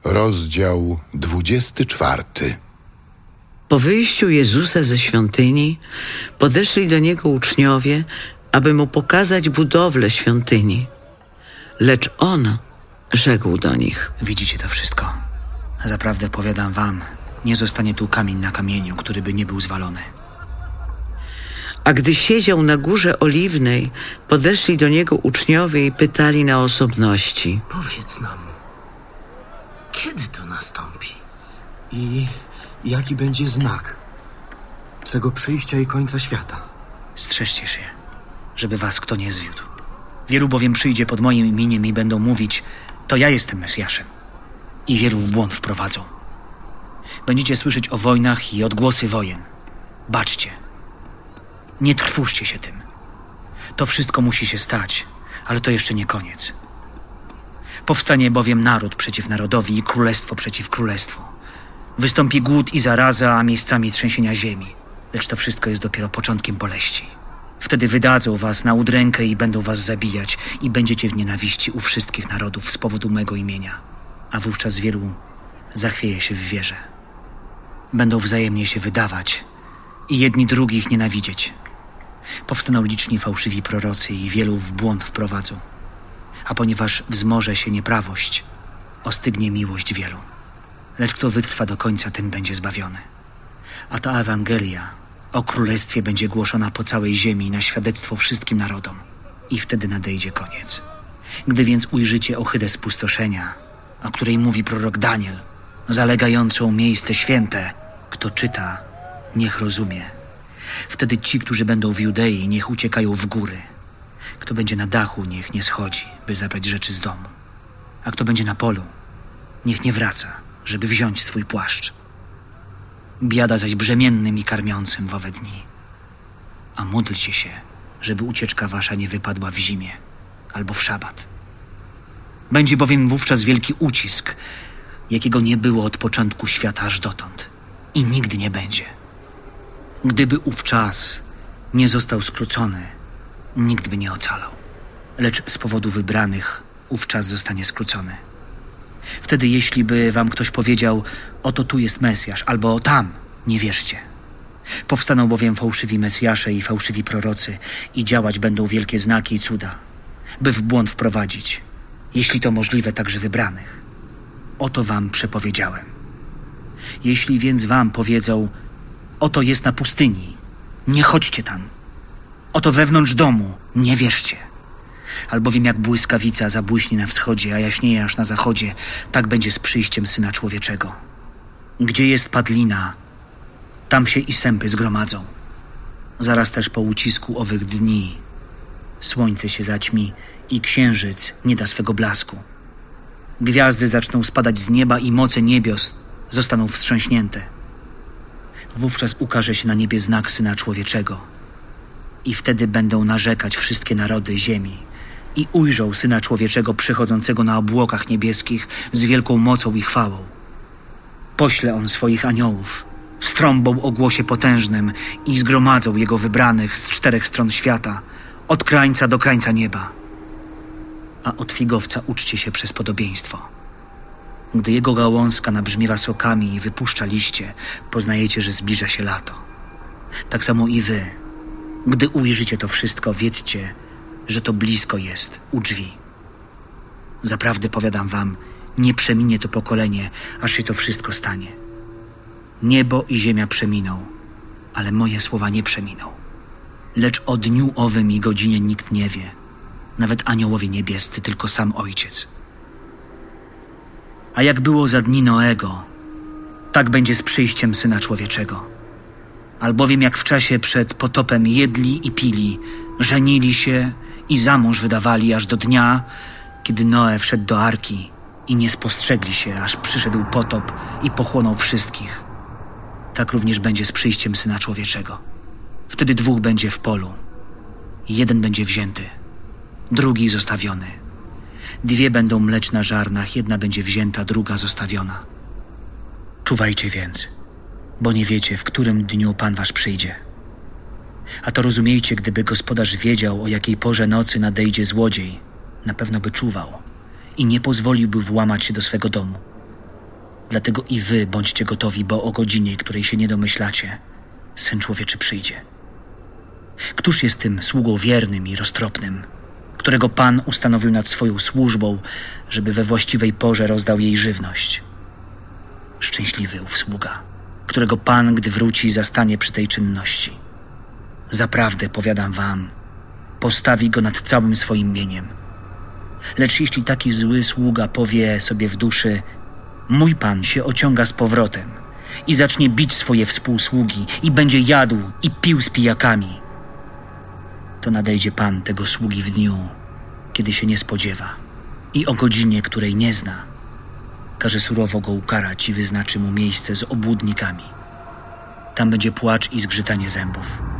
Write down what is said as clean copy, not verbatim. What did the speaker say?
Rozdział 24. Po wyjściu Jezusa ze świątyni podeszli do Niego uczniowie, aby Mu pokazać budowlę świątyni. Lecz On rzekł do nich: Widzicie to wszystko? Zaprawdę powiadam wam, nie zostanie tu kamień na kamieniu, który by nie był zwalony. A gdy siedział na Górze Oliwnej, podeszli do Niego uczniowie i pytali na osobności: Powiedz nam, kiedy to nastąpi? I jaki będzie znak Twego przyjścia i końca świata? Strzeżcie się, żeby was kto nie zwiódł. Wielu bowiem przyjdzie pod moim imieniem i będą mówić: to ja jestem Mesjaszem. I wielu w błąd wprowadzą. Będziecie słyszeć o wojnach i odgłosy wojen. Baczcie. Nie trwóżcie się tym. To wszystko musi się stać, ale to jeszcze nie koniec. Powstanie bowiem naród przeciw narodowi i królestwo przeciw królestwu. Wystąpi głód i zaraza, a miejscami trzęsienia ziemi. Lecz to wszystko jest dopiero początkiem boleści. Wtedy wydadzą was na udrękę i będą was zabijać i będziecie w nienawiści u wszystkich narodów z powodu mego imienia. A wówczas wielu zachwieje się w wierze. Będą wzajemnie się wydawać i jedni drugich nienawidzieć. Powstaną liczni fałszywi prorocy i wielu w błąd wprowadzą. A ponieważ wzmoże się nieprawość, ostygnie miłość wielu. Lecz kto wytrwa do końca, ten będzie zbawiony. A ta Ewangelia o Królestwie będzie głoszona po całej ziemi na świadectwo wszystkim narodom. I wtedy nadejdzie koniec. Gdy więc ujrzycie ohydę spustoszenia, o której mówi prorok Daniel, zalegającą miejsce święte, kto czyta, niech rozumie. Wtedy ci, którzy będą w Judei, niech uciekają w góry. Kto będzie na dachu, niech nie schodzi, by zabrać rzeczy z domu. A kto będzie na polu, niech nie wraca, żeby wziąć swój płaszcz. Biada zaś brzemiennym i karmiącym w owe dni. A módlcie się, żeby ucieczka wasza nie wypadła w zimie albo w szabat. Będzie bowiem wówczas wielki ucisk, jakiego nie było od początku świata aż dotąd. I nigdy nie będzie. Gdyby ów czas nie został skrócony, nikt by nie ocalał. Lecz z powodu wybranych ów czas zostanie skrócony. Wtedy jeśli by wam ktoś powiedział: oto tu jest Mesjasz, albo tam, nie wierzcie. Powstaną bowiem fałszywi Mesjasze i fałszywi prorocy i działać będą wielkie znaki i cuda, by w błąd wprowadzić, jeśli to możliwe, także wybranych. Oto wam przepowiedziałem. Jeśli więc wam powiedzą: oto jest na pustyni, nie chodźcie tam. Oto wewnątrz domu, nie wierzcie. Albowiem jak błyskawica zabłyśnie na wschodzie, a jaśnieje aż na zachodzie, tak będzie z przyjściem Syna Człowieczego. Gdzie jest padlina, tam się i sępy zgromadzą. Zaraz też po ucisku owych dni słońce się zaćmi i księżyc nie da swego blasku. Gwiazdy zaczną spadać z nieba i moce niebios zostaną wstrząśnięte. Wówczas ukaże się na niebie znak Syna Człowieczego. I wtedy będą narzekać wszystkie narody ziemi i ujrzą Syna Człowieczego przychodzącego na obłokach niebieskich z wielką mocą i chwałą. Pośle On swoich aniołów z trąbą o głosie potężnym i zgromadzą Jego wybranych z 4 stron świata, od krańca do krańca nieba. A od figowca uczcie się przez podobieństwo. Gdy jego gałązka nabrzmiewa sokami i wypuszcza liście, poznajecie, że zbliża się lato. Tak samo i wy, gdy ujrzycie to wszystko, wiedzcie, że to blisko jest u drzwi. Zaprawdę powiadam wam, nie przeminie to pokolenie, aż się to wszystko stanie. Niebo i ziemia przeminą, ale moje słowa nie przeminą. Lecz o dniu owym i godzinie nikt nie wie, nawet aniołowie niebiescy, tylko sam Ojciec. A jak było za dni Noego, tak będzie z przyjściem Syna Człowieczego. Albowiem jak w czasie przed potopem jedli i pili, żenili się i za mąż wydawali aż do dnia, kiedy Noe wszedł do arki i nie spostrzegli się, aż przyszedł potop i pochłonął wszystkich. Tak również będzie z przyjściem Syna Człowieczego. Wtedy 2 będzie w polu. 1 będzie wzięty, drugi zostawiony. 2 będą mleć na żarnach, 1 będzie wzięta, druga zostawiona. Czuwajcie więc, bo nie wiecie, w którym dniu Pan wasz przyjdzie. A to rozumiejcie, gdyby gospodarz wiedział, o jakiej porze nocy nadejdzie złodziej, na pewno by czuwał i nie pozwoliłby włamać się do swego domu. Dlatego i wy bądźcie gotowi, bo o godzinie, której się nie domyślacie, Syn Człowieczy przyjdzie. Któż jest tym sługą wiernym i roztropnym, którego Pan ustanowił nad swoją służbą, żeby we właściwej porze rozdał jej żywność? Szczęśliwy ów sługa, którego Pan, gdy wróci, zastanie przy tej czynności. Zaprawdę, powiadam wam, postawi go nad całym swoim mieniem. Lecz jeśli taki zły sługa powie sobie w duszy: mój Pan się ociąga z powrotem, i zacznie bić swoje współsługi i będzie jadł i pił z pijakami, to nadejdzie Pan tego sługi w dniu, kiedy się nie spodziewa, i o godzinie, której nie zna, każe surowo go ukarać i wyznaczy mu miejsce z obłudnikami. Tam będzie płacz i zgrzytanie zębów.